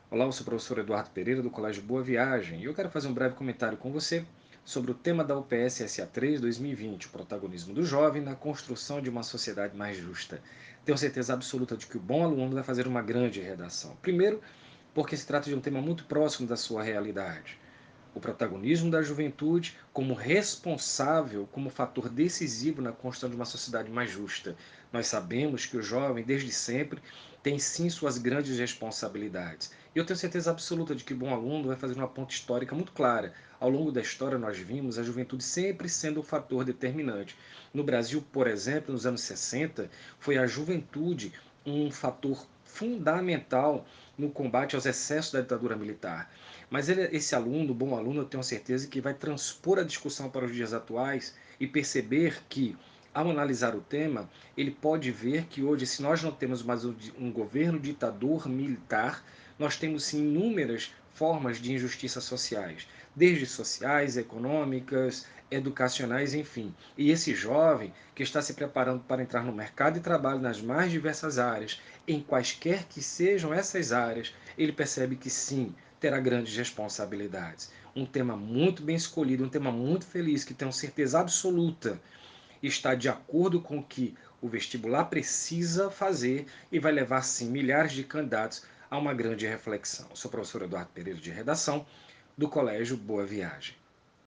Olá, eu sou o professor Eduardo Pereira, do Colégio Boa Viagem, e eu quero fazer um breve comentário com você sobre o tema da UPS SA3 2020, o protagonismo do jovem na construção de uma sociedade mais justa. Tenho certeza absoluta de que o bom aluno vai fazer uma grande redação. Primeiro, porque se trata de um tema muito próximo da sua realidade. O protagonismo da juventude como responsável, como fator decisivo na construção de uma sociedade mais justa. Nós sabemos que o jovem, desde sempre, tem sim suas grandes responsabilidades. E eu tenho certeza absoluta de que o bom aluno vai fazer uma ponte histórica muito clara. Ao longo da história, nós vimos a juventude sempre sendo um fator determinante. No Brasil, por exemplo, nos anos 60, foi a juventude um fator fundamental no combate aos excessos da ditadura militar. Mas esse aluno, bom aluno, eu tenho certeza que vai transpor a discussão para os dias atuais e perceber que, ao analisar o tema, ele pode ver que hoje, se nós não temos mais um governo ditador militar, nós temos sim inúmeras formas de injustiças sociais, desde sociais, econômicas, educacionais, enfim. E esse jovem que está se preparando para entrar no mercado de trabalho nas mais diversas áreas, em quaisquer que sejam essas áreas, ele percebe que sim, terá grandes responsabilidades. Um tema muito bem escolhido, um tema muito feliz, que tenho certeza absoluta está de acordo com o que o vestibular precisa fazer e vai levar, sim, milhares de candidatos a uma grande reflexão. Sou o professor Eduardo Pereira de Redação, do Colégio Boa Viagem.